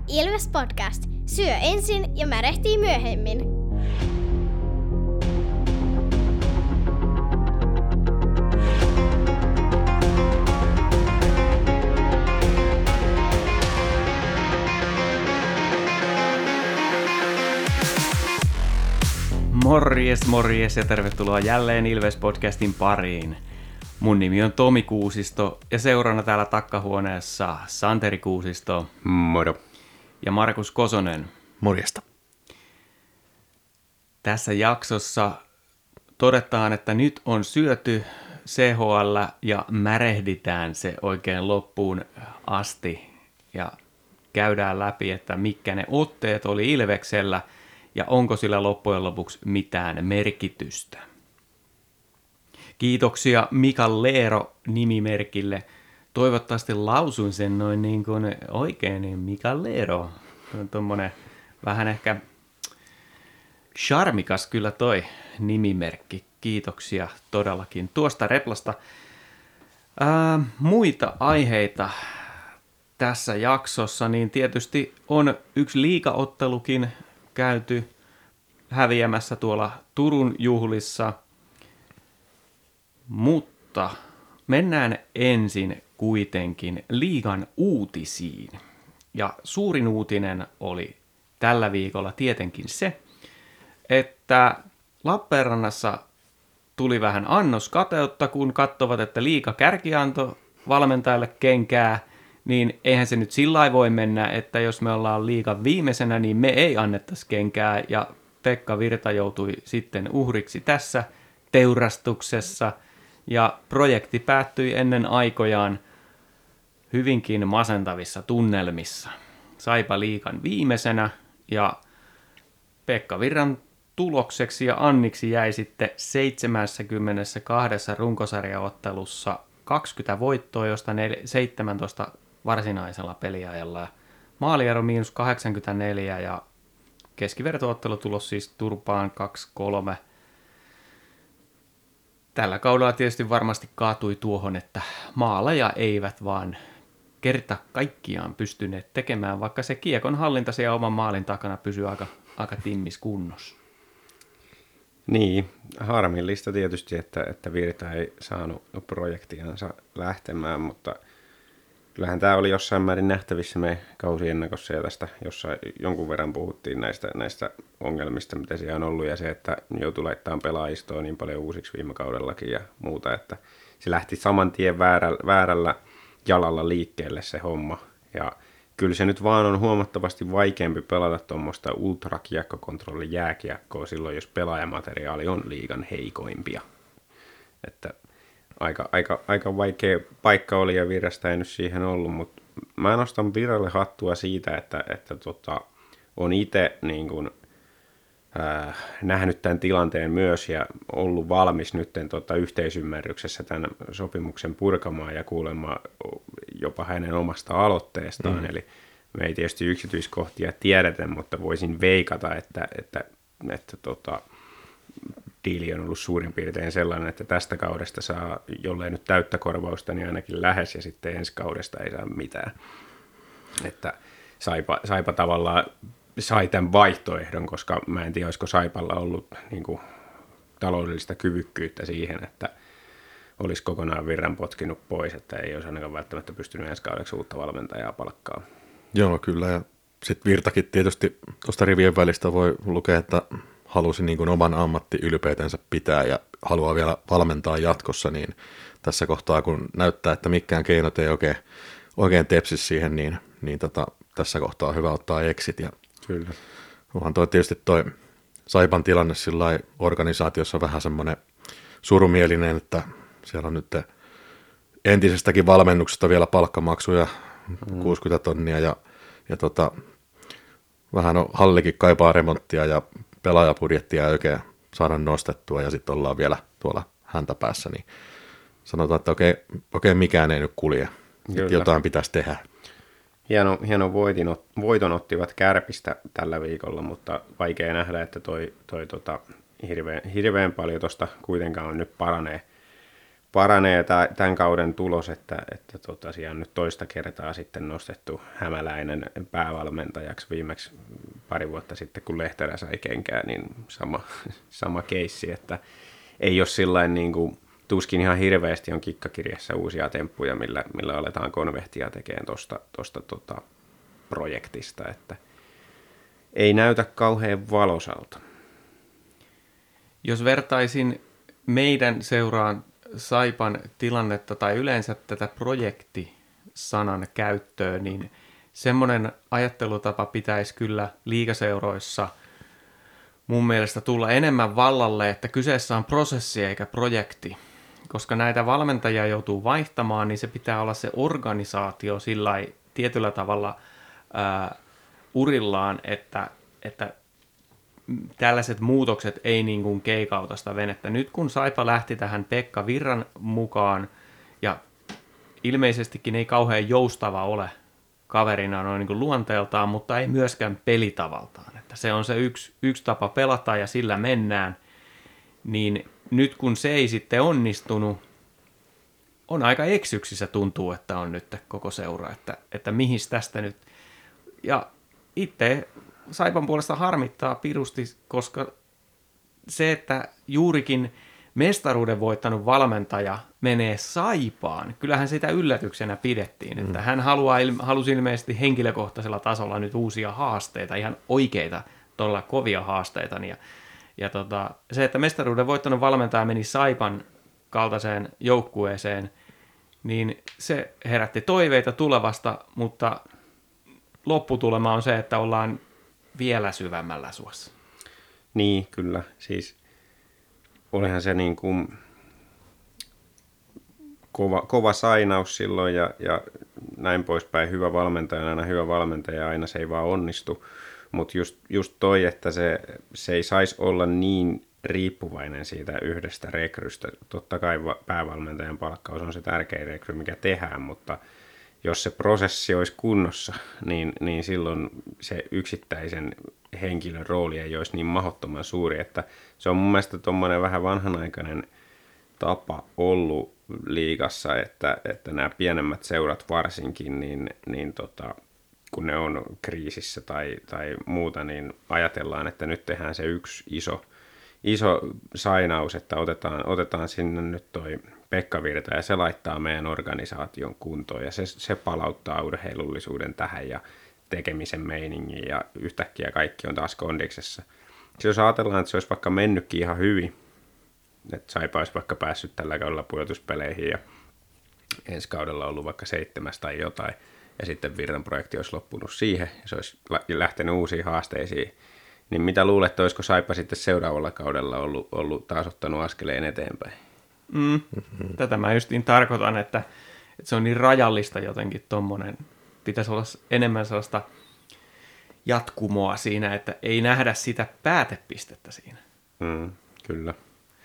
Ilves Podcast. Syö ensin ja märehtii myöhemmin. Morjes ja tervetuloa jälleen Ilves Podcastin pariin. Mun nimi on Tomi Kuusisto ja seurana täällä takkahuoneessa Santeri Kuusisto. Moro. Ja Markus Kosonen. Morjesta. Tässä jaksossa todetaan, että nyt on syöty CHL ja märehditään se oikein loppuun asti. Ja käydään läpi, että mitkä ne otteet oli Ilveksellä ja onko sillä loppujen lopuksi mitään merkitystä. Kiitoksia Mika Leero nimimerkille. Toivottavasti lausun sen noin niin kuin oikein, niin Mika Leero. On tommonen vähän ehkä charmikas kyllä toi nimimerkki. Kiitoksia todellakin tuosta replasta. Muita aiheita tässä jaksossa, niin tietysti on yksi liigaottelukin käyty häviämässä tuolla Turun juhlissa. Mutta mennään ensin kuitenkin liigan uutisiin. Ja suurin uutinen oli tällä viikolla tietenkin se, että Lappeenrannassa tuli vähän annoskateutta, kun katsovat, että liiga kärki antoi valmentajalle kenkää, niin eihän se nyt sillä voi mennä, että jos me ollaan liigan viimeisenä, niin me ei annettaisi kenkää, ja Pekka Virta joutui sitten uhriksi tässä teurastuksessa, ja projekti päättyi ennen aikojaan hyvinkin masentavissa tunnelmissa. Saipa liigan viimeisenä, ja Pekka Virran tulokseksi ja anniksi jäi sitten 72 runkosarjaottelussa 20 voittoa, josta 17 varsinaisella peliajalla. Maaliero -84 ja keskiverto-ottelutulos siis turpaan 2-3. Tällä kaudella tietysti varmasti kaatui tuohon, että maaleja eivät vaan kerta kaikkiaan pystyneet tekemään, vaikka se kiekon hallinta siellä oman maalin takana pysyy aika timmis kunnossa. Niin, harmillista tietysti, että Virta ei saanut projektiansa lähtemään, mutta kyllähän tämä oli jossain määrin nähtävissä me kausiennakossa ja tästä jossain jonkun verran puhuttiin näistä ongelmista, mitä siellä on ollut ja se, että joutui laittamaan pelaajistoa niin paljon uusiksi viime kaudellakin ja muuta, että se lähti saman tien väärällä jalalla liikkeelle se homma ja kyllä se nyt vaan on huomattavasti vaikeampi pelata tuommoista ultrakiekkokontrollin jääkiekkoa silloin, jos pelaajamateriaali on liigan heikoimpia. Että aika vaikea paikka oli ja Virrasta ei nyt siihen ollut, mutta mä nostan Virralle hattua siitä, että on itse niin kuin, nähnyt tämän tilanteen myös ja ollut valmis nyt yhteisymmärryksessä tämän sopimuksen purkamaan ja kuulemaan jopa hänen omasta aloitteestaan. Eli me ei tietysti yksityiskohtia tiedetä, mutta voisin veikata, että diili on ollut suurin piirtein sellainen, että tästä kaudesta saa, jollei nyt täyttä korvausta, niin ainakin lähes ja sitten ensi kaudesta ei saa mitään. Että Saipa tavallaan sai tämän vaihtoehdon, koska mä en tiedä, olisiko Saipalla ollut niin kuin taloudellista kyvykkyyttä siihen, että olisi kokonaan Virran potkinut pois, että ei olisi ainakaan välttämättä pystynyt ensi kaudeksi uutta valmentajaa palkkaa. Joo, kyllä. Ja sitten Virtakin tietysti tuosta rivien välistä voi lukea, että halusi niin kuin oman ammattiylpeytensä pitää ja haluaa vielä valmentaa jatkossa, niin tässä kohtaa, kun näyttää, että mikään keinot ei oikein tepsi siihen, niin tässä kohtaa on hyvä ottaa exit. Ja kyllä. Onhan tietysti toi Saipan tilanne sillä organisaatiossa vähän semmoinen surumielinen, että siellä on nyt entisestäkin valmennuksesta vielä palkkamaksuja 60 tonnia ja vähän on hallikin kaipaa remonttia ja pelaajapudjettia ei oikein saada nostettua ja sitten ollaan vielä tuolla häntä päässä, niin sanotaan, että okei, mikään ei nyt kulje. Jotain pitäisi tehdä. Hieno voiton ottivat Kärpistä tällä viikolla, mutta vaikea nähdä, että toi hirveän paljon tuosta kuitenkaan nyt paranee tämän kauden tulos, että siellä on nyt toista kertaa sitten nostettu Hämäläinen päävalmentajaksi viimeksi pari vuotta sitten, kun Lehterä sai kenkää, niin sama keissi, että ei ole sillain niin kuin, tuskin ihan hirveästi on kikkakirjassa uusia temppuja, millä aletaan konvehtia tekemään tuosta projektista, että ei näytä kauhean valosalta. Jos vertaisin meidän seuraan Saipan tilannetta tai yleensä tätä projektisanan käyttöön, niin semmoinen ajattelutapa pitäisi kyllä liigaseuroissa mun mielestä tulla enemmän vallalle, että kyseessä on prosessi eikä projekti. Koska näitä valmentajia joutuu vaihtamaan, niin se pitää olla se organisaatio sillai tietyllä tavalla urillaan, että tällaiset muutokset ei niin kuin keikauta sitä venettä. Nyt kun Saipa lähti tähän Pekka Virran mukaan, ja ilmeisestikin ei kauhean joustava ole kaverina noin niin kuin luonteeltaan, mutta ei myöskään pelitavaltaan. Että se on se yksi tapa pelata ja sillä mennään, niin nyt kun se ei sitten onnistunut, on aika eksyksissä tuntuu, että on nyt koko seura, että mihin tästä nyt. Ja itse Saipan puolesta harmittaa pirusti, koska se, että juurikin mestaruuden voittanut valmentaja menee Saipaan, kyllähän sitä yllätyksenä pidettiin, että hän halusi ilmeisesti henkilökohtaisella tasolla nyt uusia haasteita, ihan oikeita, todella kovia haasteita. Ja se, että mestaruuden voittanut valmentaja meni Saipan kaltaiseen joukkueeseen, niin se herätti toiveita tulevasta, mutta lopputulema on se, että ollaan vielä syvemmällä suossa. Niin, kyllä. Siis olihan se niin kuin kova sainaus silloin ja näin poispäin. Hyvä valmentaja, aina hyvä valmentaja, aina se ei vaan onnistu. Mutta just toi, että se ei saisi olla niin riippuvainen siitä yhdestä rekrystä. Totta kai päävalmentajan palkkaus on se tärkein rekry, mikä tehdään, mutta jos se prosessi olisi kunnossa, niin silloin se yksittäisen henkilön rooli ei olisi niin mahdottoman suuri, että se on mun mielestä tuommoinen vähän vanhanaikainen tapa ollut liigassa, että nämä pienemmät seurat varsinkin, niin kun ne on kriisissä tai muuta, niin ajatellaan, että nyt tehdään se yksi iso sainaus, että otetaan sinne nyt toi Pekka Virta ja se laittaa meidän organisaation kuntoon ja se palauttaa urheilullisuuden tähän ja tekemisen meiningin ja yhtäkkiä kaikki on taas kondiksessa. Jos ajatellaan, että se olisi vaikka mennytkin ihan hyvin, että Saipa olisi vaikka päässyt tällä kaudella pudotuspeleihin ja ensi kaudella ollut vaikka 7 tai jotain ja sitten Virran projekti olisi loppunut siihen ja se olisi lähtenyt uusiin haasteisiin, niin mitä luulet, että olisiko Saipa sitten seuraavalla kaudella ollut taas ottanut askeleen eteenpäin? Tätä mä justiin tarkoitan, että se on niin rajallista jotenkin tommonen. Pitäisi olla enemmän sellaista jatkumoa siinä, että ei nähdä sitä päätepistettä siinä. Kyllä.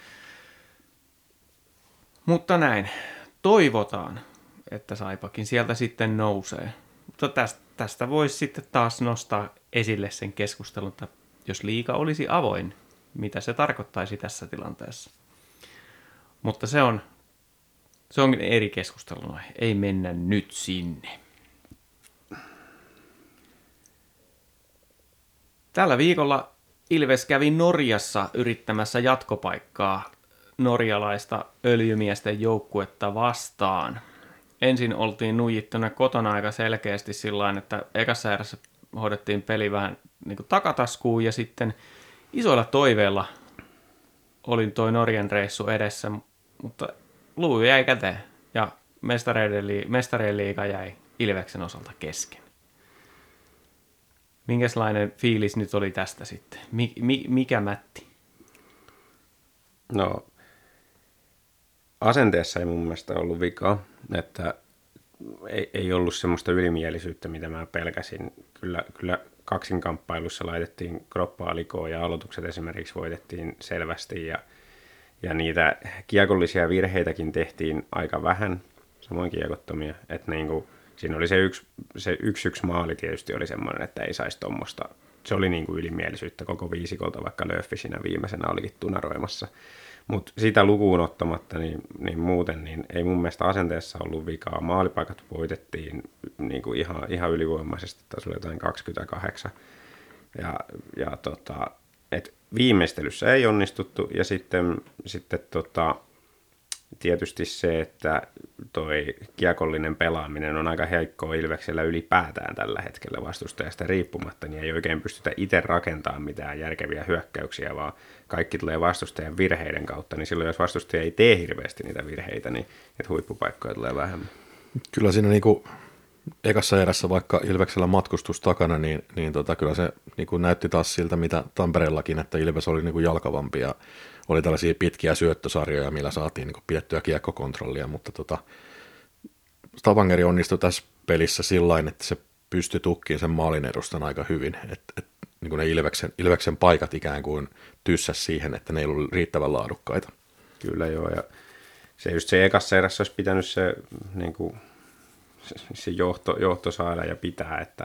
Mutta näin. Toivotaan, että Saipakin sieltä sitten nousee. Mutta tästä voisi sitten taas nostaa esille sen keskustelun, että jos liiga olisi avoin, mitä se tarkoittaisi tässä tilanteessa. Mutta se on eri keskustelun aihe. Ei mennä nyt sinne. Tällä viikolla Ilves kävi Norjassa yrittämässä jatkopaikkaa norjalaista öljymiesten joukkuetta vastaan. Ensin oltiin nuijittuna kotona aika selkeästi sillain, että ekassa erässä hoidettiin peli vähän niin kuin takataskuun ja sitten isoilla toiveilla oli toi Norjan reissu edessä, mutta luu jäi käteen ja mestarien liiga jäi Ilveksen osalta kesken. Minkälainen fiilis nyt oli tästä sitten? Mikä mätti? No, asenteessa ei mun mielestä ollut vikaa, että ei ollut semmoista ylimielisyyttä, mitä mä pelkäsin. Kyllä kaksinkamppailussa laitettiin kroppaa likoon ja aloitukset esimerkiksi voitettiin selvästi ja niitä kiekollisia virheitäkin tehtiin aika vähän, samoin kiekottomia, että niinku, siinä oli se yksi maali tietysti oli semmoinen, että ei saisi tuommoista, se oli niinku ylimielisyyttä koko viisikolta, vaikka Löffi siinä viimeisenä olikin tunaroimassa. Mutta sitä lukuun ottamatta, niin muuten niin ei mun mielestä asenteessa ollut vikaa. Maalipaikat voitettiin niin kuin ihan ylivoimaisesti, taisi olla jotain 28. Et viimeistelyssä ei onnistuttu, ja sitten tietysti se, että toi kiekollinen pelaaminen on aika heikkoa Ilveksellä ylipäätään tällä hetkellä vastustajasta riippumatta, niin ei oikein pystytä itse rakentamaan mitään järkeviä hyökkäyksiä, vaan kaikki tulee vastustajan virheiden kautta, niin silloin jos vastustaja ei tee hirveästi niitä virheitä, niin että huippupaikkoja tulee vähemmän. Kyllä siinä niinku ekassa erässä, vaikka Ilveksellä matkustus takana, niin kyllä se niinku näytti taas siltä, mitä Tampereellakin, että Ilves oli niinku jalkavampi ja oli tällaisia pitkiä syöttösarjoja, millä saatiin niinku pidettyä kiekkokontrollia, mutta Stavangeri onnistui tässä pelissä sillain, että se pystyi tukkiin sen maalin edustan aika hyvin, että niin ne Ilveksen paikat ikään kuin tyssäs siihen, että ne ei ollut riittävän laadukkaita. Kyllä joo, ja se ekassa erässä olisi pitänyt se, niin kuin, se johto saada ja pitää, että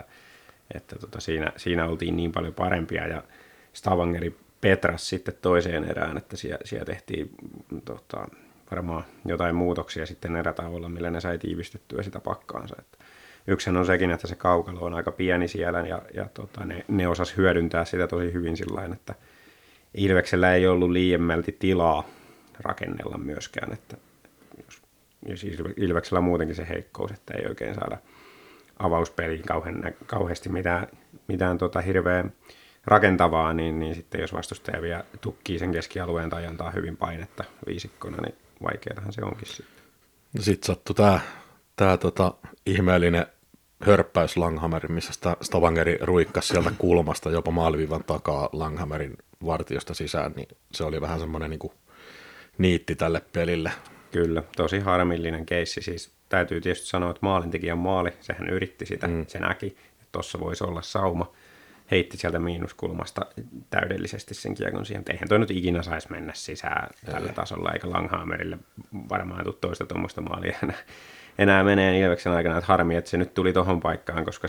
siinä oltiin niin paljon parempia, ja Stavangeri petras sitten toiseen erään, että siellä tehtiin varmaan jotain muutoksia sitten erätauolla, millä ne sai tiivistettyä sitä pakkaansa. Yksihän on sekin, että se kaukalo on aika pieni siellä ja ne osas hyödyntää sitä tosi hyvin sillain, että Ilveksellä ei ollut liiemmälti tilaa rakennella myöskään, että jos Ilveksellä on muutenkin se heikkous, että ei oikein saada avauspeliin kauheasti mitään hirveän rakentavaa, niin sitten jos vastustaja vielä tukkii sen keskialueen tai antaa hyvin painetta viisikkona, niin vaikeatahan se onkin sitten. No sitten sattui tämä ihmeellinen hörppäys Langhammerin, missä Stavangeri ruikkasi sieltä kulmasta jopa maaliviivan takaa Langhammerin vartiosta sisään, niin se oli vähän semmoinen niin kuin niitti tälle pelille. Kyllä, tosi harmillinen keissi. Siis täytyy tietysti sanoa, että maalintekijän maali, sehän yritti sitä, se näki, että tuossa voisi olla sauma. Heitti sieltä miinuskulmasta täydellisesti sen kiekon siihen. Eihän toi nyt ikinä saisi mennä sisään tällä tasolla, eikä Langhammerille varmaan tule toista tuommoista maalia enää menee Ilveksen aikana. Että harmi, että se nyt tuli tohon paikkaan, koska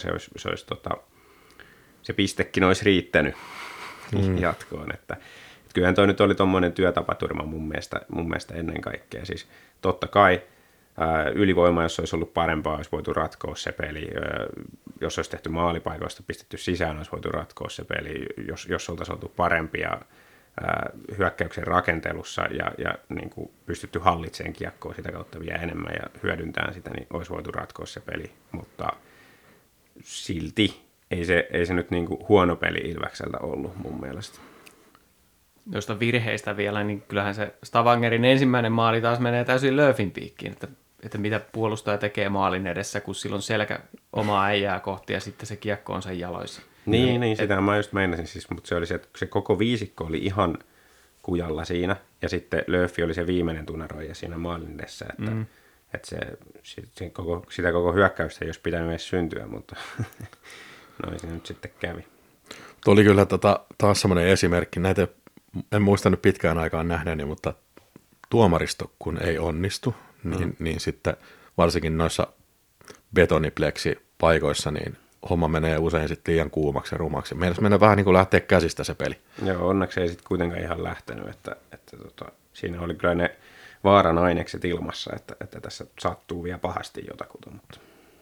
se pistekin olisi riittänyt jatkoon. Että kyllähän toi nyt oli tuommoinen työtapaturma mun mielestä ennen kaikkea. Siis totta kai ylivoima, jos olisi ollut parempaa, olisi voitu ratkoa se peli. Jos olisi tehty maalipaikoista, pistetty sisään, olisi voitu ratkoa se peli. Jos oltaisiin oltu parempia hyökkäyksen rakentelussa ja niin kuin pystytty hallitsemaan kiekkoa sitä kautta vielä enemmän ja hyödyntämään sitä, niin olisi voitu ratkoa se peli. Mutta silti ei se nyt niin kuin huono peli Ilvekseltä ollut mun mielestä. Josta virheistä vielä, niin kyllähän se Stavangerin ensimmäinen maali taas menee täysin Lööfin piikkiin, että mitä puolustaja tekee maalin edessä, kun silloin selkä omaa äijää kohti ja sitten se kiekko on sen jaloissa. Niin sitä mä just meinasin, siis, mutta se oli se, että se koko viisikko oli ihan kujalla siinä, ja sitten Lööfi oli se viimeinen tunaroija siinä maalin edessä, että sitä koko hyökkäystä ei olisi pitänyt edes syntyä, mutta noin se nyt sitten kävi. Tuo oli kyllä taas semmoinen esimerkki, näitä en muistanut pitkään aikaan nähneeni, mutta tuomaristo kun ei onnistu, niin sitten varsinkin noissa betonipleksipaikoissa, niin homma menee usein sitten liian kuumaksi ja rumaksi. Meidän menee vähän niin kuin lähteä käsistä se peli. Joo, onneksi ei sitten kuitenkaan ihan lähtenyt, että siinä oli kyllä ne vaaran ainekset ilmassa, että tässä sattuu vielä pahasti jotakuta. Mutta.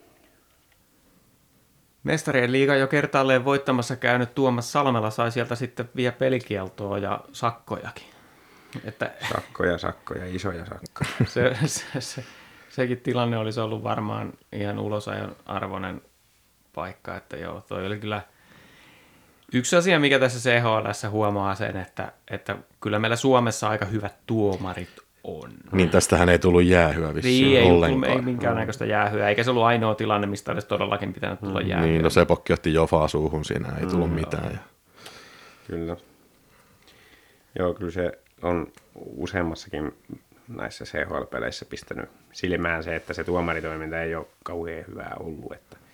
Mestarien liiga jo kertaalleen voittamassa käynyt Tuomas Salmela sai sieltä sitten vielä pelikieltoa ja sakkojakin. Sakkoja, isoja sakkoja. Sekin tilanne olisi ollut varmaan ihan ulosajon arvoinen paikka, että joo, toi oli kyllä yksi asia, mikä tässä CHL:ssä huomaa sen, että kyllä meillä Suomessa aika hyvät tuomarit on. Niin tästähän ei tullut jäähyä vissiin ollenkaan. Ei minkäännäköistä jäähyä, eikä se ollut ainoa tilanne, mistä olisi todellakin pitänyt tulla jäähyä. Niin, no Sepokki otti Jofaa suuhun siinä, ei tullut mitään. Ja. Kyllä. Joo, kyllä se on useammassakin näissä CHL-peleissä pistänyt silmään se, että se tuomaritoiminta ei ole kauhean hyvää ollut.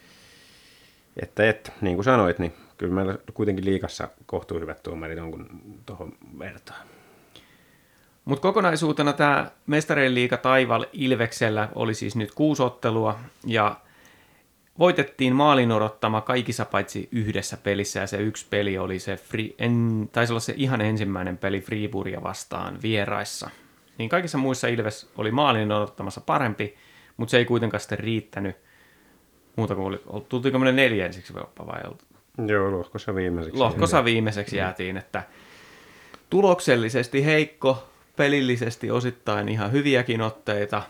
Että niin kuin sanoit, niin kyllä meillä kuitenkin liigassa kohtuu hyvät tuomarit on, kun tuohon vertaa. Mutta kokonaisuutena tämä Mestarien liiga taival Ilveksellä oli siis nyt 6 ottelua, ja voitettiin maalin odottama kaikissa paitsi yhdessä pelissä, ja se yksi peli oli se, taisi olla se ihan ensimmäinen peli Friburgia vastaan vieraissa. Niin kaikissa muissa Ilves oli maalin odottamassa parempi, mutta se ei kuitenkaan sitten riittänyt muuta kuin tultiinko me 4 ensiksi vai oltu? Joo, lohkossa viimeiseksi. Lohkossa viimeiseksi jäätiin, että tuloksellisesti heikko, pelillisesti osittain ihan hyviäkin otteita,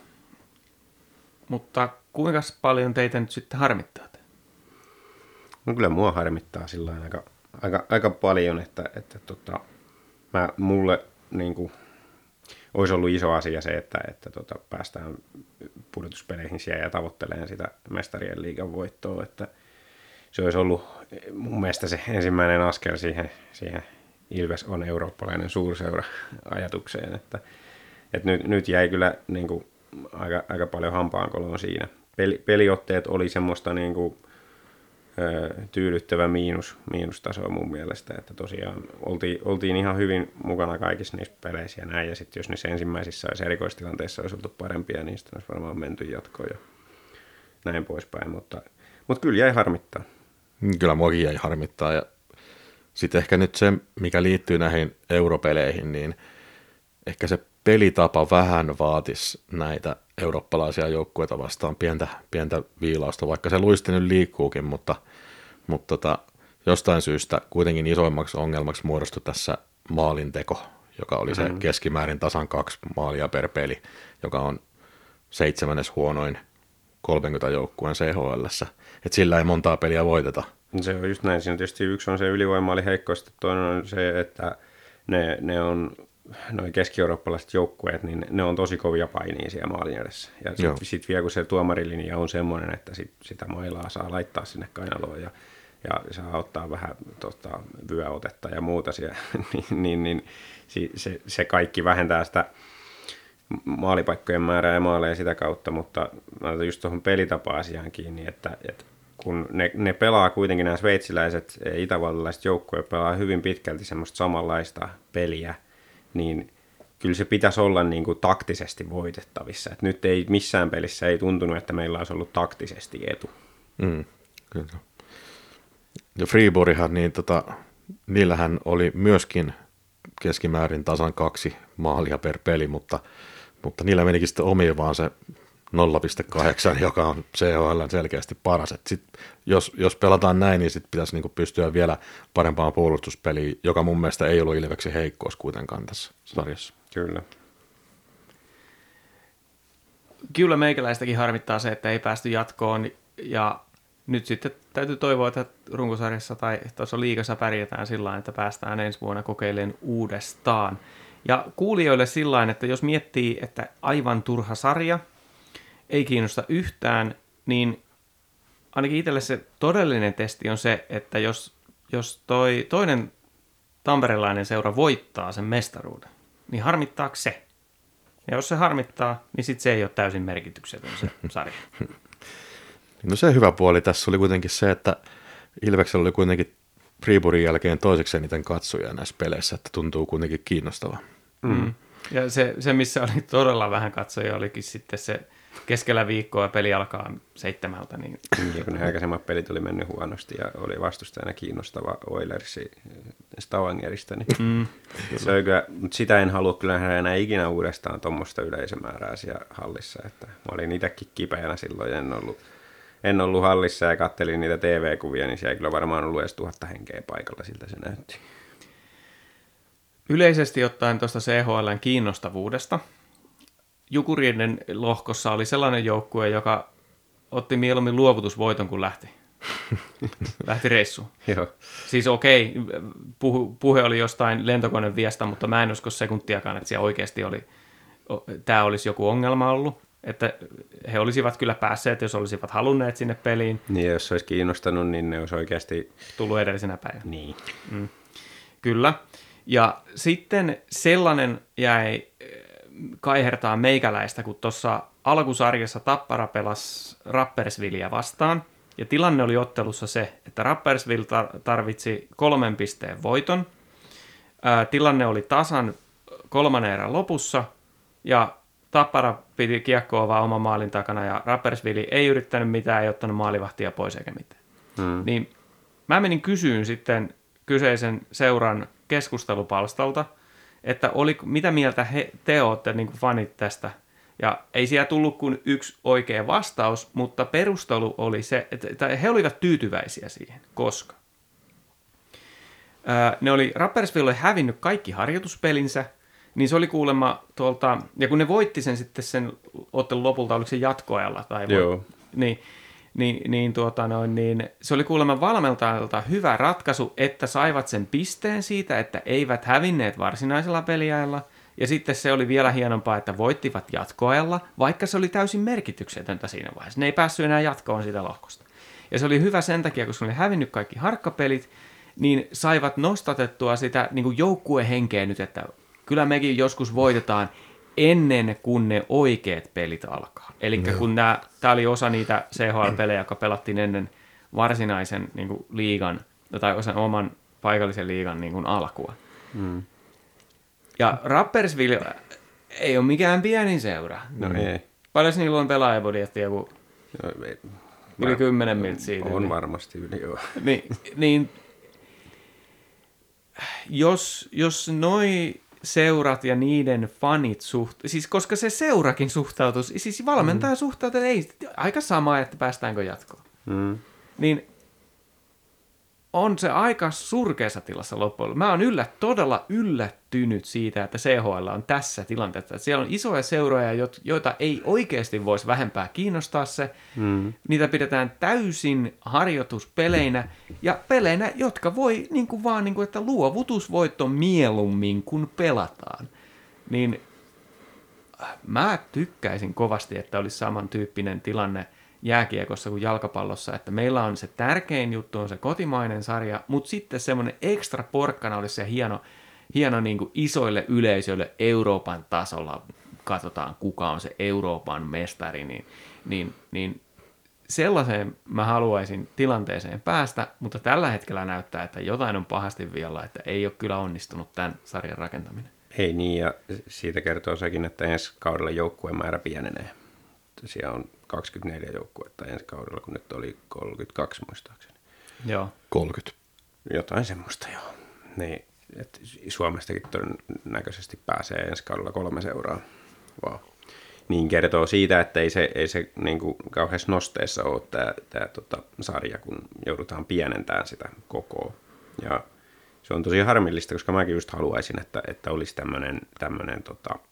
mutta kuinka paljon teitä nyt sitten harmittaa? No kyllä mua harmittaa sillä aika paljon, että mulle niin kuin, olisi ollut iso asia se, että päästään pudotuspeleihin siellä ja tavoittelemaan sitä mestarien liigan voittoa, että se olisi ollut mun mielestä se ensimmäinen askel siihen Ilves on eurooppalainen suurseura ajatukseen, että nyt jäi kyllä niin kuin, aika paljon hampaankoloon siinä. Peliotteet oli semmoista niin kuin, tyydyttävä miinustasoa mun mielestä, että tosiaan oltiin ihan hyvin mukana kaikissa niissä peleissä ja näin, ja sitten jos niissä ensimmäisissä olisi erikoistilanteissa olisi oltu parempia, niin sitten olisi varmaan menty jatkoon ja näin poispäin, mutta kyllä jäi harmittaa. Kyllä muakin jäi harmittaa, ja sitten ehkä nyt se, mikä liittyy näihin europeleihin, niin ehkä se pelitapa vähän vaatisi näitä eurooppalaisia joukkueita vastaan pientä viilausta, vaikka se luisti nyt liikkuukin, mutta jostain syystä kuitenkin isoimmaksi ongelmaksi muodostui tässä maalinteko, joka oli se keskimäärin tasan 2 maalia per peli, joka on 7. huonoin 30 joukkueen CHL:ssä. Et sillä ei montaa peliä voiteta. Se on just näin. Siinä tietysti yksi on se ylivoimaali heikkous, toinen on se, että ne on noin keski-eurooppalaiset joukkueet, niin ne on tosi kovia painia siellä maalin edessä. Ja sitten vielä kun se tuomarilinja on semmoinen, että sitä mailaa saa laittaa sinne kainaloon ja saa ottaa vähän vyöotetta ja muuta siellä, niin se kaikki vähentää sitä maalipaikkojen määrää ja maaleja sitä kautta, mutta mä just tuohon pelitapa-asiaan kiinni, että kun ne pelaa kuitenkin, nämä sveitsiläiset ja itävallalaiset joukkueet pelaa hyvin pitkälti semmoista samanlaista peliä, niin kyllä se pitäisi olla niin kuin taktisesti voitettavissa. Et nyt ei missään pelissä ei tuntunut, että meillä olisi ollut taktisesti etu. Kyllä. Ja Fribourghan, niin niillähän oli myöskin keskimäärin tasan 2 maalia per peli, mutta niillä menikin sitten omiin vaan se 0,8, joka on CHL selkeästi paras. Jos pelataan näin, niin sitten pitäisi niinku pystyä vielä parempaan puolustuspeliin, joka mun mielestä ei ollut Ilveksen heikkous kuitenkaan tässä sarjassa. Kyllä meikäläistäkin harmittaa se, että ei päästy jatkoon, ja nyt sitten täytyy toivoa, että runkosarjassa tai tuossa liigassa pärjätään sillä tavalla, että päästään ensi vuonna kokeilemaan uudestaan. Ja kuulijoille sillä tavalla, että jos miettii, että aivan turha sarja, ei kiinnosta yhtään, niin ainakin itselle se todellinen testi on se, että jos toi toinen tamperelainen seura voittaa sen mestaruuden, niin harmittaako se? Ja jos se harmittaa, niin sitten se ei ole täysin merkityksetön se sarja. No se hyvä puoli tässä oli kuitenkin se, että Ilveksellä oli kuitenkin Fribourgin jälkeen toiseksi eniten katsojia näissä peleissä, että tuntuu kuitenkin kiinnostavaa. Ja se, missä oli todella vähän katsojia, olikin sitten se keskellä viikkoa peli alkaa 7. Niin... Ja kun ne aikaisemmat pelit oli mennyt huonosti ja oli vastustajana kiinnostava Oilersi Stavangerista, niin se oli kyllä, mutta sitä en halua kyllä nähdä enää ikinä uudestaan tuommoista yleisömäärää siellä hallissa. Että mä olin itsekin kipeänä silloin, en ollut hallissa ja kattelin niitä TV-kuvia, niin siellä ei kyllä varmaan ollut edes 1000 henkeä paikalla, siltä se näytti. Yleisesti ottaen tuosta CHL:n kiinnostavuudesta, Jukurien lohkossa oli sellainen joukkue, joka otti mieluummin luovutusvoiton, kun lähti reissuun. Joo. Siis okei, puhe oli jostain lentokoneviestä, mutta mä en usko sekuntiakaan, että siellä oikeasti tämä olisi joku ongelma ollut. Että he olisivat kyllä päässeet, jos olisivat halunneet sinne peliin. Niin, jos se olisi kiinnostanut, niin ne olisi oikeasti... tullut edellisenä päivänä. Niin. Kyllä. Ja sitten sellainen jäi kaihertaa meikäläistä, kun tuossa alkusarjassa Tappara pelasi Rapperswilleä vastaan. Ja tilanne oli ottelussa se, että Rapperswille tarvitsi 3 pisteen voiton. Tilanne oli tasan 3. erän lopussa ja Tappara piti kiekkoa vaan oman maalin takana ja Rapperswil ei yrittänyt mitään, ei ottanut maalivahtia pois eikä mitään. Niin mä menin kysyyn sitten kyseisen seuran keskustelupalstalta, että mitä mieltä te olette niin kuin fanit tästä. Ja ei siellä tullut kuin yksi oikea vastaus, mutta perustelu oli se, että he olivat tyytyväisiä siihen, koska Rapperswil oli hävinnyt kaikki harjoituspelinsä, niin se oli kuulemma tuolta, ja kun ne voitti sen ottelun lopulta, oliko se jatkoajalla? Joo. Niin se oli kuulemma valmentajalta hyvä ratkaisu, että saivat sen pisteen siitä, että eivät hävinneet varsinaisella peliajalla, ja sitten se oli vielä hienompaa, että voittivat jatkoajalla, vaikka se oli täysin merkityksetöntä siinä vaiheessa. Ne ei päässyt enää jatkoon siitä lohkosta. Ja se oli hyvä sen takia, koska ne oli hävinnyt kaikki harkkapelit, niin saivat nostatettua sitä niin kuin joukkuehenkeä nyt, että kyllä mekin joskus voitetaan ennen kuin ne oikeat pelit alkaa. Eli kun tämä oli osa niitä CHL-pelejä, jotka pelattiin ennen varsinaisen niin kuin liigan, tai osan oman paikallisen liigan niin kuin alkua. Ja Rapperswil ei ole mikään pieni seura. No ei. Paljon niillä on pelaajabudjetti, joku yli 10 miltä siitä. On varmasti yli, joo. niin jos noi seurat ja niiden fanit siis koska se seurakin suhtautuisi, siis valmentaja suhtautuu, ei aika sama, että päästäänkö jatkoon. Niin on se aika surkeassa tilassa loppujen. Mä oon todella yllättynyt siitä, että CHL on tässä tilanteessa. Että siellä on isoja seuroja, joita ei oikeasti voisi vähempää kiinnostaa se. Niitä pidetään täysin harjoituspeleinä ja peleinä, jotka voi että luovutusvoitto mieluummin kuin pelataan. Niin mä tykkäisin kovasti, että olisi samantyyppinen tilanne jääkiekossa kuin jalkapallossa, että meillä on se tärkein juttu, on se kotimainen sarja, mutta sitten semmoinen ekstra porkkana olisi se hieno niin kuin isoille yleisöille Euroopan tasolla, katsotaan kuka on se Euroopan mestari, niin sellaiseen mä haluaisin tilanteeseen päästä, mutta tällä hetkellä näyttää, että jotain on pahasti vialla, että ei ole kyllä onnistunut tämän sarjan rakentaminen. Ei niin, ja siitä kertoo sekin, että ensi kaudella joukkueen määrä pienenee. Siellä on 24 joukkuetta ensi kaudella, kun nyt oli 32 muistaakseni. Joo. 30. Jotain semmoista, joo. Niin, että Suomestakin todennäköisesti pääsee ensi kaudella 3 seuraa. Wow. Niin kertoo siitä, että ei se niin kuin kauheassa nosteessa ole tämä sarja, kun joudutaan pienentämään sitä kokoa. Ja se on tosi harmillista, koska mäkin just haluaisin, että olisi tämmöinen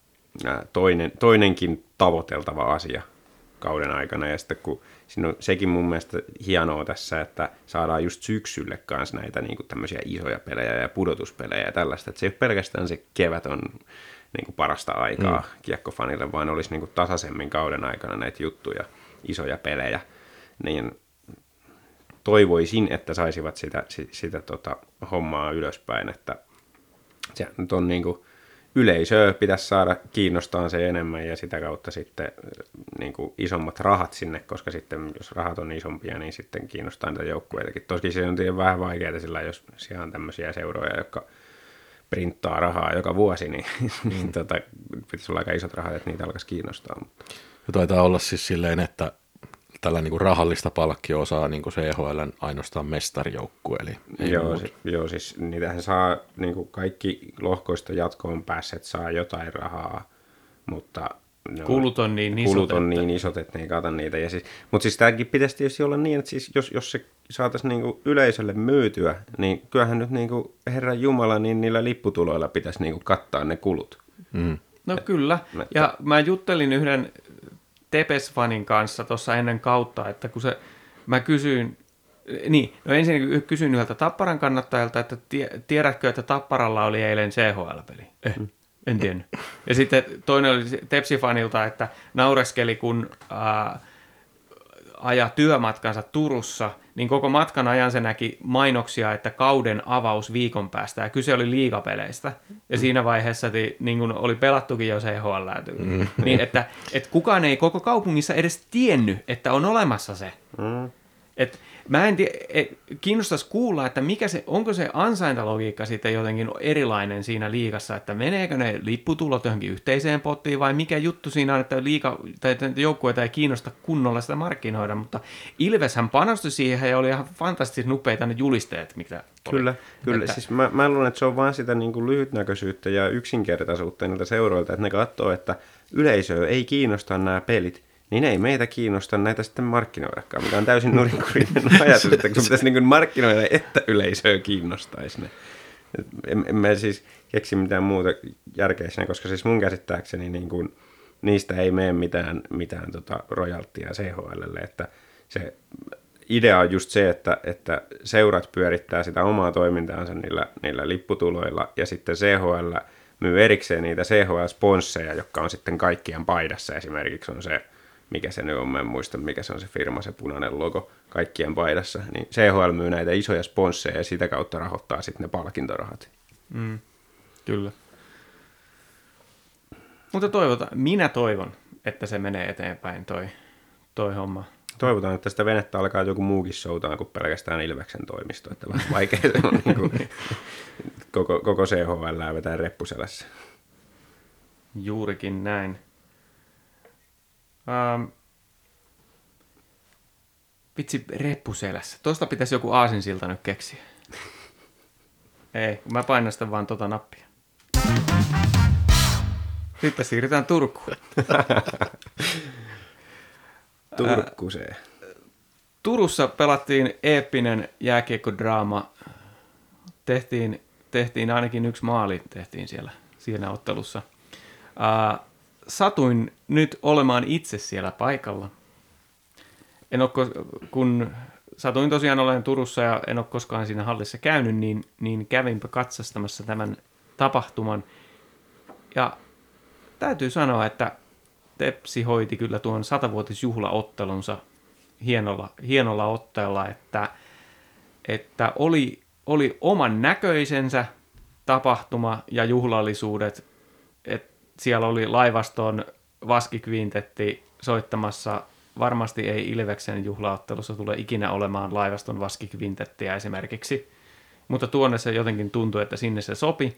toinenkin tavoiteltava asia kauden aikana. Ja sitten kun siinä on sekin mun mielestä hienoa tässä, että saadaan just syksylle kanssa näitä niin kuin tämmöisiä isoja pelejä ja pudotuspelejä ja tällaista. Että se ei ole pelkästään se kevät on niin kuin parasta aikaa kiekkofanille, vaan olisi niin kuin tasaisemmin kauden aikana näitä juttuja, isoja pelejä. Niin toivoisin, että saisivat sitä hommaa ylöspäin, että se nyt on niin kuin yleisöä pitäisi saada kiinnostaa se enemmän ja sitä kautta sitten niin kuin isommat rahat sinne, koska sitten jos rahat on isompia, niin sitten kiinnostaa niitä joukkueitakin. Toski se on vähän vaikeaa sillä, jos siellä on tämmöisiä seuroja, jotka printtaa rahaa joka vuosi, niin pitäisi olla aika isot rahat, että niitä alkaisi kiinnostaa. Mutta. Ja taitaa olla siis silleen, että tällä niin kuin rahallista palkkio osaa niin kuin CHL:n ainoastaan mestarijoukkue. Joo, siis niitähän saa niin kuin kaikki lohkoista jatkoon päässeet saa jotain rahaa, mutta kulut on niin isot, että ne ei kata niitä. Mutta siis tämäkin pitäisi tietysti olla niin, että siis jos se saataisiin niin kuin yleisölle myytyä, niin kyllähän nyt niin kuin Herran Jumala, niin niillä lipputuloilla pitäisi niin kuin kattaa ne kulut. No kyllä, ja mä juttelin yhden Tepes-fanin kanssa tuossa ennen kautta, että kun mä kysyin, ensin kysyin yhdeltä Tapparan kannattajalta, että tiedätkö, että Tapparalla oli eilen CHL-peli? En tiennyt. Ja sitten toinen oli Tepsi-fanilta, että naureskeli, kun aja työmatkansa Turussa, niin koko matkan ajan se näki mainoksia, että kauden avaus viikon päästä, ja kyse oli liigapeleistä. Ja siinä vaiheessa niin kun oli pelattukin jo CHL. Niin, että kukaan ei koko kaupungissa edes tiennyt, että on olemassa se. Mä en tiedä, kiinnostaisi kuulla, että onko se ansaintalogiikka sitten jotenkin erilainen siinä liigassa, että meneekö ne lipputulot johonkin yhteiseen pottiin vai mikä juttu siinä on, että joukkueita ei kiinnosta kunnolla sitä markkinoida, mutta Ilveshän panostui siihen ja oli ihan fantastisesti nupeita ne julisteet, mitä Kyllä. Että... Siis mä luulen, että se on vaan sitä niin kuin lyhytnäköisyyttä ja yksinkertaisuutta niiltä seuroilta, että ne katsoo, että yleisöä ei kiinnosta nämä pelit, niin ei meitä kiinnosta näitä sitten markkinoidakaan, mikä on täysin nurinkurinen ajatus, että kun pitäisi niin markkinoida, että yleisöä kiinnostaisi ne. En mä siis keksi mitään muuta järkeä siinä, koska siis mun käsittääkseni niin kuin, niistä ei mene mitään rojaltia CHLlle, että se idea on just se, että seurat pyörittää sitä omaa toimintaansa niillä lipputuloilla ja sitten CHL myy erikseen niitä CHL-sponsseja, jotka on sitten kaikkien paidassa. Esimerkiksi on se, mikä se nyt on, mä en muista mikä se on se firma, se punainen logo kaikkien paidassa. Niin CHL myy näitä isoja sponsseja ja sitä kautta rahoittaa sitten ne palkintorahat. Kyllä. Mutta minä toivon, että se menee eteenpäin toi homma. Toivotaan, että sitä venettä alkaa joku muukin soutaa kuin pelkästään Ilveksen toimisto. Että on vaikea se on niin kuin koko CHL vetää reppuselässä. Juurikin näin. Vitsi, reppuselässä. Tuosta pitäisi joku aasinsilta nyt keksiä. Ei, mä painan sitä vaan nappia. Sitten siirrytään Turkuun. Turkkuseen. Turussa pelattiin eeppinen jääkiekkodraama. Tehtiin ainakin yksi maali tehtiin siinä ottelussa. Satuin nyt olemaan itse siellä paikalla. Kun satuin tosiaan olemaan Turussa ja en ole koskaan siinä hallissa käynyt, niin kävinpä katsastamassa tämän tapahtuman. Ja täytyy sanoa, että Tepsi hoiti kyllä tuon 100-vuotisjuhlaottelunsa hienolla otteella, että oli oman näköisensä tapahtuma ja juhlallisuudet. Siellä oli Laivaston vaskikvintetti soittamassa. Varmasti ei Ilveksen juhlaottelussa tule ikinä olemaan Laivaston vaskikvintettiä esimerkiksi, mutta tuonne se jotenkin tuntui, että sinne se sopi.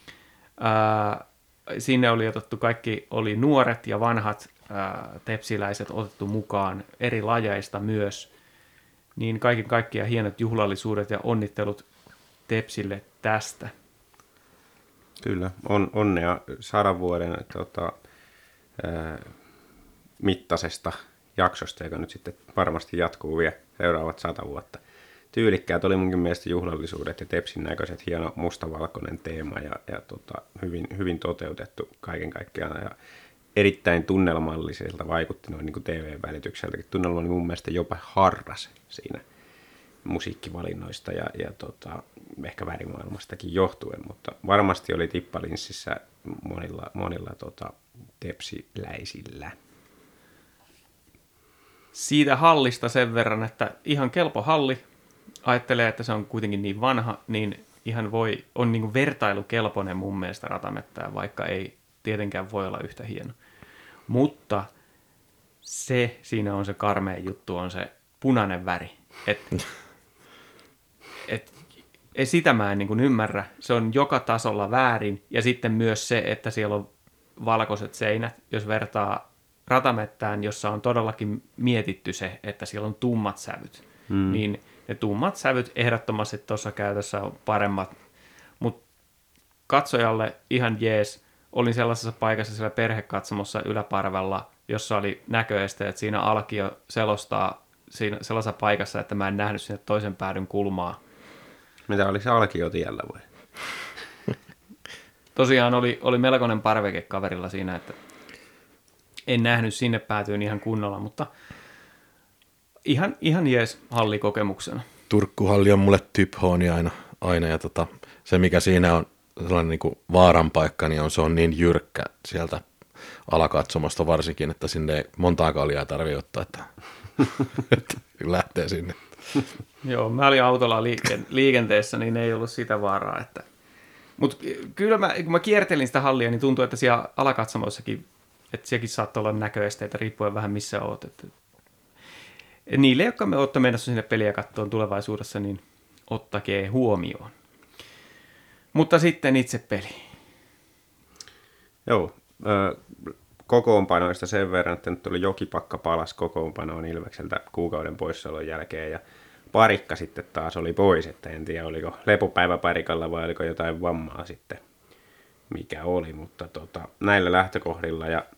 Sinne oli otettu oli nuoret ja vanhat tepsiläiset otettu mukaan eri lajeista myös. Niin kaiken kaikkiaan hienot juhlallisuudet ja onnittelut Tepsille tästä. Kyllä, onnea 100 vuoden mittaisesta jaksosta, joka nyt sitten varmasti jatkuu vielä seuraavat 100 vuotta. Tyylikkäät oli munkin mielestä juhlallisuudet ja Tepsin näköiset, hieno mustavalkoinen teema ja hyvin toteutettu kaiken kaikkiaan. Ja erittäin tunnelmalliselta vaikutti noin niin kuin TV-välitykseltäkin. Tunnelma oli mun mielestä jopa harras siinä musiikkivalinnoista ja ehkä värimaailmastakin johtuen, mutta varmasti oli tippalinssissä monilla tepsiläisillä. Siitä hallista sen verran, että ihan kelpo halli. Ajattelee, että se on kuitenkin niin vanha, niin ihan on niin kuin vertailukelpoinen mun mielestä Ratamettään, vaikka ei tietenkään voi olla yhtä hieno. Mutta siinä on se karmea juttu, on se punainen väri. Sitä mä en niin kuin ymmärrä. Se on joka tasolla väärin. Ja sitten myös se, että siellä on valkoiset seinät, jos vertaa Ratamettään, jossa on todellakin mietitty se, että siellä on tummat sävyt. Niin ne tummat sävyt ehdottomasti tuossa käytössä on paremmat. Mutta katsojalle ihan jees. Olin sellaisessa paikassa siellä perhekatsomossa yläparvella, jossa oli näköesteet. Siinä alkio selostaa siinä sellaisessa paikassa, että mä en nähnyt sinne toisen päädyn kulmaa. Mitä oli se alkio tiellä vai? Tosiaan oli melkoinen parveke kaverilla siinä, että en nähnyt sinne päätyyn ihan kunnolla, mutta ihan jees hallikokemuksena. Turkkuhalli on mulle typhooni aina ja se mikä siinä on sellainen niin kuin vaaran paikka, niin se on niin jyrkkä sieltä alakatsomosta varsinkin, että sinne ei montaa kaljaa tarvitse ottaa, että lähtee sinne. Joo, mä olin autolla liikenteessä, niin ei ollut sitä vaaraa. Mutta kyllä kun mä kiertelin sitä hallia, niin tuntuu, että siellä alakatsomoissakin, että sielläkin saattoi olla näköesteitä, riippuen vähän missä oot. niille, jotka me olette menossa sinne peliä kattoon tulevaisuudessa, niin ottakee huomioon. Mutta sitten itse peli. Joo, kokoonpanoista sen verran, että nyt tuli Jokipakka palas kokoonpanoon Ilvekseltä kuukauden poissaolon jälkeen ja Parikka sitten taas oli pois, että en tiedä oliko lepopäivä Parikalla vai oliko jotain vammaa sitten, mikä oli, mutta näillä lähtökohdilla ja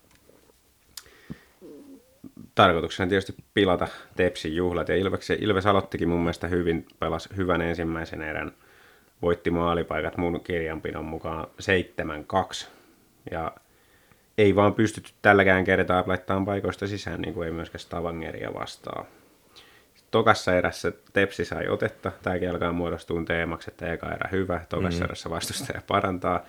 tarkoituksena tietysti pilata Tepsin juhlat ja Ilves aloittikin mun mielestä hyvin, pelasi hyvän ensimmäisen erän, voitti maalipaikat mun kirjanpidon mukaan 7-2 ja ei vaan pystytty tälläkään kertaa laittamaan paikoista sisään, niin kuin ei myöskään Stavangeria vastaan. Tokassa erässä Tepsi sai otetta. Tämäkin alkaa muodostua teemaksi, että eka erä hyvä, tokassa erässä vastustaja parantaa.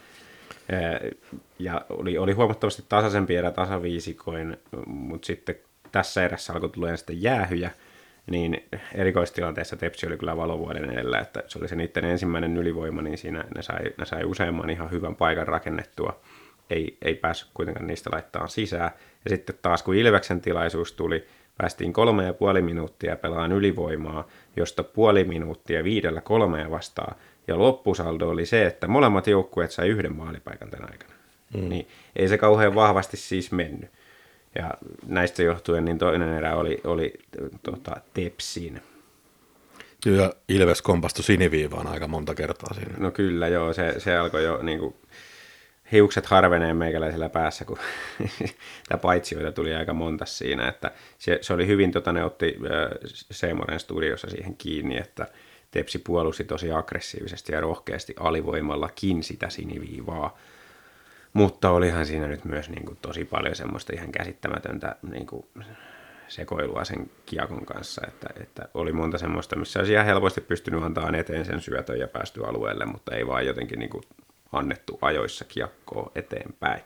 Ja oli huomattavasti tasaisempi erä tasaviisikoin, mutta sitten tässä erässä alkoi tulla sitten jäähyjä, niin erikoistilanteessa Tepsi oli kyllä valovuoden edellä, että se oli se niiden ensimmäinen ylivoima, niin siinä ne sai useamman ihan hyvän paikan rakennettua. Ei päässyt kuitenkaan niistä laittaa sisään. Ja sitten taas kun Ilveksen tilaisuus tuli, päästiin 3,5 minuuttia pelaan ylivoimaa, josta puoli minuuttia 5-3 vastaan. Ja loppusaldo oli se, että molemmat joukkueet sai yhden maalipaikan tämän aikana. Niin ei se kauhean vahvasti siis mennyt. Ja näistä johtuen niin toinen erä oli Tepsin. Ja Ilves kompastui siniviivaan aika monta kertaa siinä. No kyllä joo, se alkoi jo niinku hiukset harvenee meikäläisellä päässä, kun tämä paitsioita tuli aika monta siinä, että se oli hyvin, ne otti Seemoren studiossa siihen kiinni, että Tepsi puolusti tosi aggressiivisesti ja rohkeasti alivoimallakin sitä siniviivaa, mutta olihan siinä nyt myös niin kuin tosi paljon semmoista ihan käsittämätöntä niin kuin sekoilua sen kiekon kanssa, että oli monta semmoista, missä olisi ihan helposti pystynyt antamaan eteen sen syötön ja päästy alueelle, mutta ei vaan jotenkin niin kuin annettu ajoissa kiekkoa eteenpäin.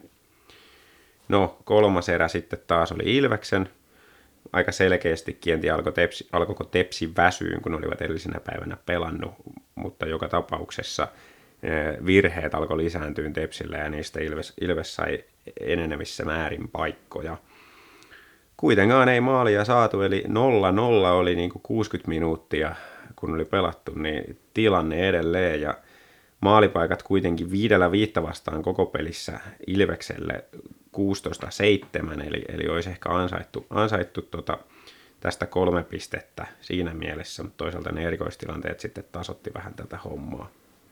No, kolmas erä sitten taas oli Ilveksen. Aika selkeästikin, en tiedä alkoiko Tepsi väsyyn, kun olivat edellisenä päivänä pelannut, mutta joka tapauksessa virheet alkoi lisääntyä Tepsillä ja niistä Ilves sai enenevissä määrin paikkoja. Kuitenkaan ei maalia saatu, eli 0-0 oli niin kuin 60 minuuttia, kun oli pelattu, niin tilanne edelleen ja maalipaikat kuitenkin 5-5 vastaan koko pelissä Ilvekselle 16-7, eli olisi ehkä ansaittu tästä 3 pistettä siinä mielessä, mutta toisaalta ne erikoistilanteet sitten tasoitti vähän tätä hommaa.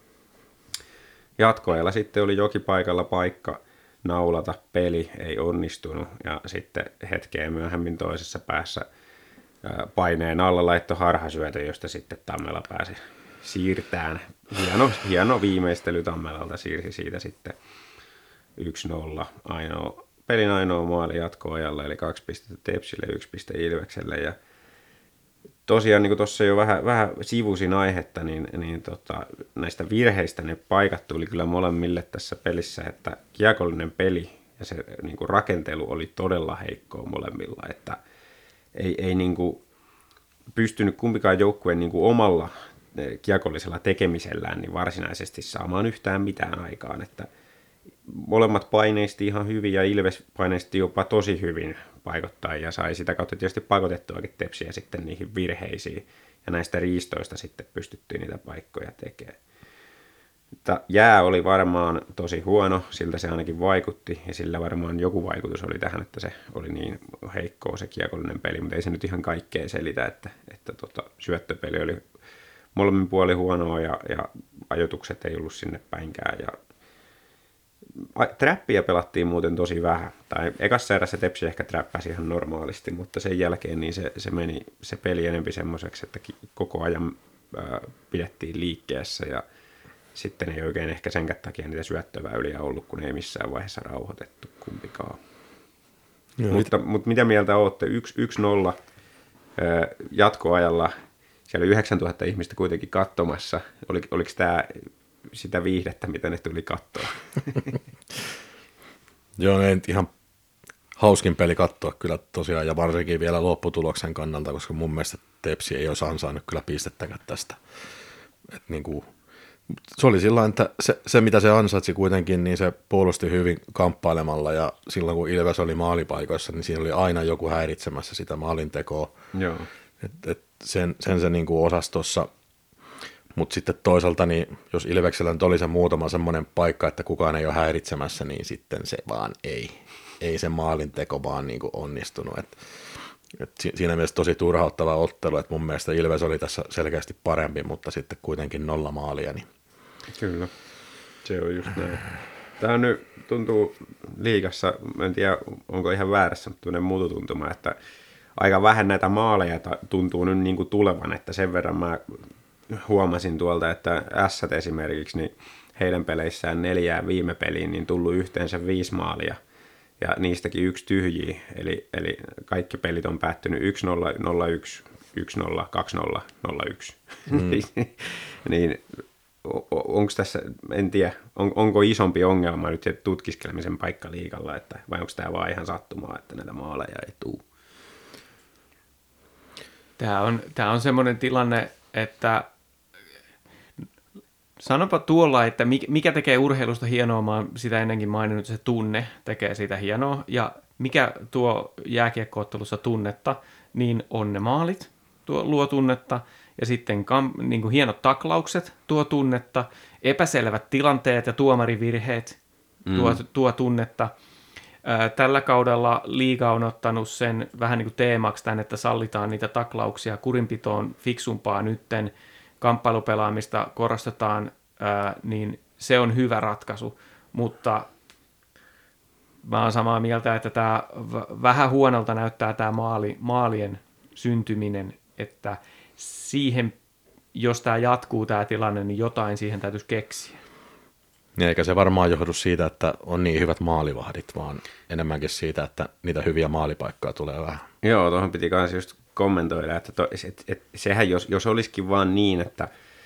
Jatkoajalla sitten oli Jokipaikalla paikka naulata peli, ei onnistunut, ja sitten hetkeä myöhemmin toisessa päässä paineen alla laitto harhasyötö, josta sitten Tammela pääsi siirtään. Hieno viimeistely Tammelalta siirsi siitä sitten 1-0. Pelin ainoa maali jatkoajalla, eli 2 pistettä Tepsille, 1 piste Ilvekselle. Ja tosiaan, niin kuin tuossa jo vähän sivusin aihetta, niin näistä virheistä ne paikat tuli kyllä molemmille tässä pelissä, että kiekollinen peli ja se niin kuin rakentelu oli todella heikkoa molemmilla, että ei niin kuin pystynyt kumpikaan joukkueen niin kuin omalla kiekollisella tekemisellään niin varsinaisesti saamaan yhtään mitään aikaan, että molemmat paineisti ihan hyvin ja Ilves paineisti jopa tosi hyvin paikottaa ja sai sitä kautta tietysti paikotettuakin Tepsiä sitten niihin virheisiin ja näistä riistoista sitten pystyttiin niitä paikkoja tekemään. Mutta jää oli varmaan tosi huono, siltä se ainakin vaikutti ja sillä varmaan joku vaikutus oli tähän, että se oli niin heikkoa se kiekollinen peli, mutta ei se nyt ihan kaikkea selitä, että syöttöpeli oli molemmin puoli huonoa ja ajoitukset ei ollut sinne päinkään. Ja trappia pelattiin muuten tosi vähän. Tai ekassa erässä Tepsi ehkä trappäsi ihan normaalisti, mutta sen jälkeen niin se meni se peli enempi semmoiseksi, että koko ajan pidettiin liikkeessä ja sitten ei oikein ehkä senkään takia niitä syöttöväyliä ollut, kun ei missään vaiheessa rauhoitettu kumpikaan. Mutta mitä mieltä olette? 1-0 jatkoajalla. Siellä oli 9000 ihmistä kuitenkin katsomassa. Oliko tämä sitä viihdettä, mitä ne tuli katsoa? Joo, ei ihan hauskin peli katsoa kyllä tosiaan, ja varsinkin vielä lopputuloksen kannalta, koska mun mielestä Tepsi ei olisi ansainnut kyllä pistettäkään tästä. Et niin kuin, se oli sillä että se, mitä se ansaitsi kuitenkin, niin se puolusti hyvin kamppailemalla, ja silloin kun Ilves oli maalipaikoissa, niin siinä oli aina joku häiritsemässä sitä maalintekoa. Joo. Sen se niin kuin osasi tuossa. Mutta sitten toisaalta, niin jos Ilveksellä nyt oli se muutama semmoinen paikka, että kukaan ei ole häiritsemässä, niin sitten se vaan ei se maalinteko vaan niin kuin onnistunut. Siinä mielessä tosi turhauttava ottelu, että mun mielestä Ilves oli tässä selkeästi parempi, mutta sitten kuitenkin 0 maalia. Niin. Kyllä, se on just näin. Tämä nyt tuntuu liigassa, en tiedä onko ihan väärässä, mutta tuonne mututuntuma, että aika vähän näitä maaleja tuntuu nyt niin kuin tulevan, että sen verran mä huomasin tuolta, että Ässät esimerkiksi, niin heidän peleissään 4 viime peliin, niin tullut yhteensä 5 maalia. Ja niistäkin 1 tyhjiä, eli kaikki pelit on päättynyt 1-0, 0-1, 1-0, 2-0, 0-1. Niin onko tässä, en tiedä, onko isompi ongelma nyt tutkiskelemisen paikka liigalla, että, vai onko tämä vaan ihan sattumaa, että näitä maaleja ei tule? Tämä on semmoinen tilanne, että sanopa tuolla, että mikä tekee urheilusta hienoa, mä oon sitä ennenkin maininnut, se tunne tekee siitä hienoa, ja mikä tuo jääkiekko-ottelussa tunnetta, niin on ne maalit, luo tunnetta, ja sitten niin kuin hienot taklaukset tuo tunnetta, epäselvät tilanteet ja tuomarivirheet tuo tunnetta. Tällä kaudella liiga on ottanut sen vähän niin kuin teemaksi tämän, että sallitaan niitä taklauksia kurinpitoon fiksumpaa nytten, kamppailupelaamista korostetaan, niin se on hyvä ratkaisu, mutta mä oon samaa mieltä, että tämä vähän huonolta näyttää tämä maalien syntyminen, että siihen, jos tämä jatkuu tämä tilanne, niin jotain siihen täytyisi keksiä. Niin eikä se varmaan johdu siitä, että on niin hyvät maalivahdit, vaan enemmänkin siitä, että niitä hyviä maalipaikkoja tulee vähän. Joo, tuohon piti kanssa just kommentoida, että sehän jos olisikin vaan niin, että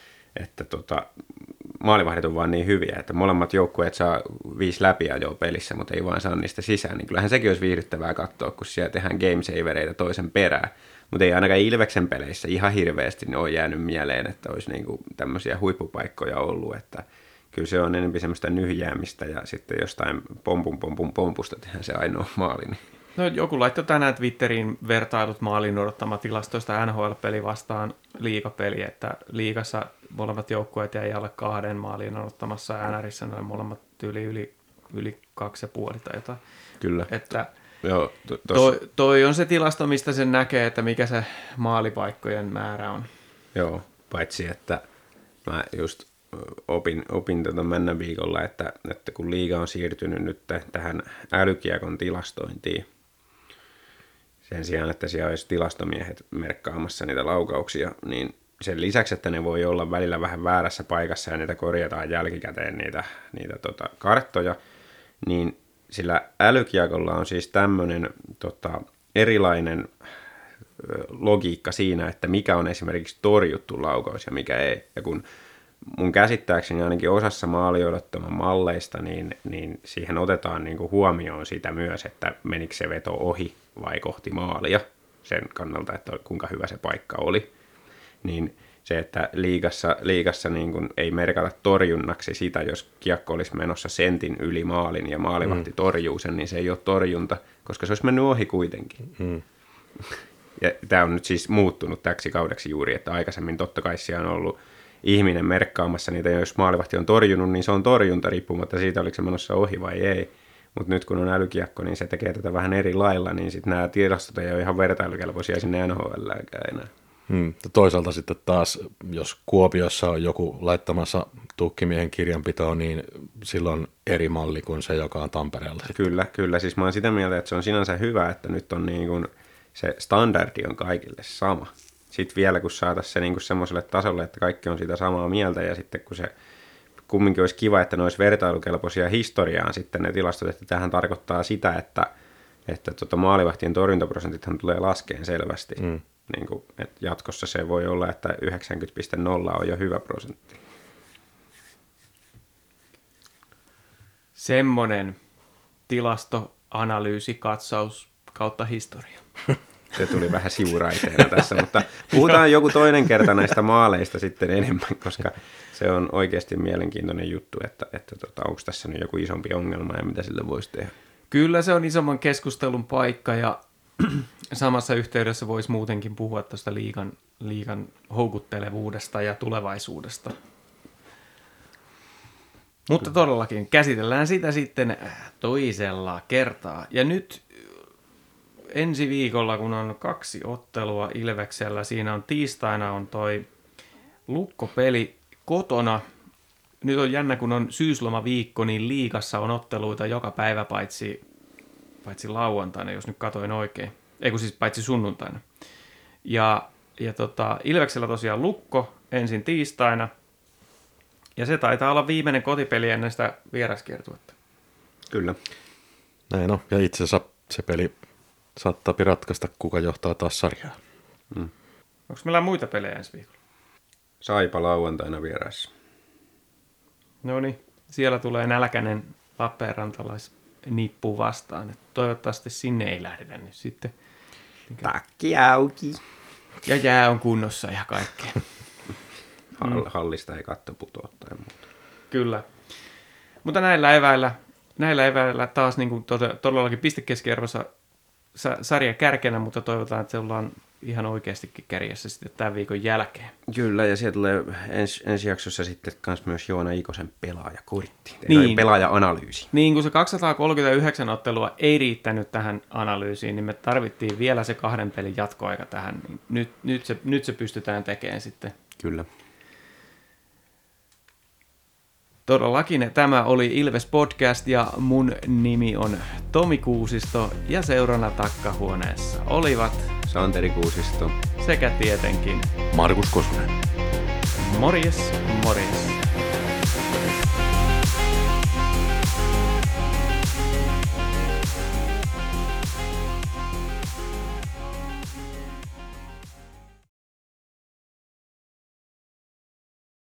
maalivahdit on vaan niin hyviä, että molemmat joukkueet saa 5 läpiajoa pelissä, mutta ei vaan saa niistä sisään, niin kyllähän sekin olisi viihdyttävää katsoa, kun siellä tehdään gamesavereita toisen perään. Mutta ei ainakaan Ilveksen peleissä ihan hirveästi ne ole jäänyt mieleen, että olisi niinku tämmöisiä huippupaikkoja ollut, että kyllä se on enemmän semmoista nyhjäämistä ja sitten jostain pompusta tehdään se ainoa maali. Niin. No joku laittoi tänään Twitteriin vertailut maalin odottama tilastoista NHL-peli vastaan liigapeli, että liigassa molemmat joukkueet jäi alle 2 maalin odottamassa ja NRissä noin molemmat yli 2,5 tai jotain. Kyllä. Että joo, toi on se tilasto, mistä sen näkee, että mikä se maalipaikkojen määrä on. Joo, paitsi että mä just opin mennä viikolla, että kun liiga on siirtynyt nyt tähän älykiekon tilastointiin, sen sijaan, että siellä olisi tilastomiehet merkkaamassa niitä laukauksia, niin sen lisäksi, että ne voi olla välillä vähän väärässä paikassa ja niitä korjataan jälkikäteen niitä karttoja, niin sillä älykiekolla on siis tämmöinen erilainen logiikka siinä, että mikä on esimerkiksi torjuttu laukaus ja mikä ei. Ja kun mun käsittääkseni ainakin osassa maaliodottaman malleista, niin siihen otetaan niinku huomioon sitä myös, että menikö se veto ohi vai kohti maalia sen kannalta, että kuinka hyvä se paikka oli. Niin se, että liigassa niin kuin ei merkata torjunnaksi sitä, jos kiekko olisi menossa sentin yli maalin ja maalivahti torjuu sen, niin se ei ole torjunta, koska se olisi mennyt ohi kuitenkin. Ja tämä on nyt siis muuttunut täksi kaudeksi juuri, että aikaisemmin totta kai siellä on ollut ihminen merkkaamassa niitä, ja jos maalivahti on torjunut, niin se on torjunta riippumatta siitä, oliko se menossa ohi vai ei. Mutta nyt kun on älykiekko, niin se tekee tätä vähän eri lailla, niin sitten nämä tilastot ei ole ihan vertailukelpoisia sinne NHL:äänkään enää. Toisaalta sitten taas, jos Kuopiossa on joku laittamassa tukkimiehen kirjanpitoon, niin silloin eri malli kuin se, joka on Tampereella. Kyllä. Siis mä oon sitä mieltä, että se on sinänsä hyvä, että nyt on niin kuin se standardi on kaikille sama. Sitten vielä, kun saataisiin se niin semmoiselle tasolle, että kaikki on siitä samaa mieltä, ja sitten kun se kumminkin olisi kiva, että ne olisi vertailukelpoisia historiaan sitten ne tilastot, että tähän tarkoittaa sitä, että maalivahtien torjuntaprosentithan tulee laskeen selvästi. Niin kuin, että jatkossa se voi olla, että 90,0 on jo hyvä prosentti. Semmoinen tilastoanalyysi, katsaus kautta historia. Se tuli vähän sivuraiteena tässä, mutta puhutaan joku toinen kerta näistä maaleista sitten enemmän, koska se on oikeasti mielenkiintoinen juttu, että onko tässä nyt joku isompi ongelma ja mitä sille voisi tehdä. Kyllä se on isomman keskustelun paikka ja samassa yhteydessä voisi muutenkin puhua tuosta liigan houkuttelevuudesta ja tulevaisuudesta. Mutta todellakin käsitellään sitä sitten toisella kertaa. Ja nyt ensi viikolla, kun on 2 ottelua Ilveksellä, siinä on tiistaina on toi Lukko-peli kotona. Nyt on jännä, kun on syyslomaviikko, niin liigassa on otteluita joka päivä paitsi lauantaina, jos nyt katoin oikein. Ei kun siis paitsi sunnuntaina. Ja Ilveksellä tosiaan Lukko ensin tiistaina. Ja se taitaa olla viimeinen kotipeli ennen sitä vieraskiertuetta. Kyllä. Näin on. Ja itse asiassa se peli saattaa ratkaista, kuka johtaa taas sarjaa. Onko meillä muita pelejä ensi viikolla? Saipa lauantaina vieraassa. No niin, siellä tulee nälkäinen Lappeenrantalais-nippu vastaan. Et toivottavasti sinne ei lähdetä nyt sitten. Takki auki. Ja jää on kunnossa ja kaikkea. Hallista ei katto putoa tai muuta. Kyllä. Mutta näillä eväillä taas niin kuin todellakin pistekeskiarvossa sarja kärkenä, mutta toivotaan, että se ollaan ihan oikeastikin kärjessä sitten tämän viikon jälkeen. Kyllä, ja sieltä tulee ensi jaksossa sitten myös Joona Ikosen pelaajakortti. Niin. Pelaaja-analyysi. Niin, kun se 239 ottelua ei riittänyt tähän analyysiin, niin me tarvittiin vielä se 2 pelin jatkoaika tähän. Niin nyt se pystytään tekemään sitten. Kyllä. Todellakin tämä oli Ilves Podcast ja mun nimi on Tomi Kuusisto ja seurana takkahuoneessa olivat Santeri Kuusisto sekä tietenkin Markus Kosunen. morjes.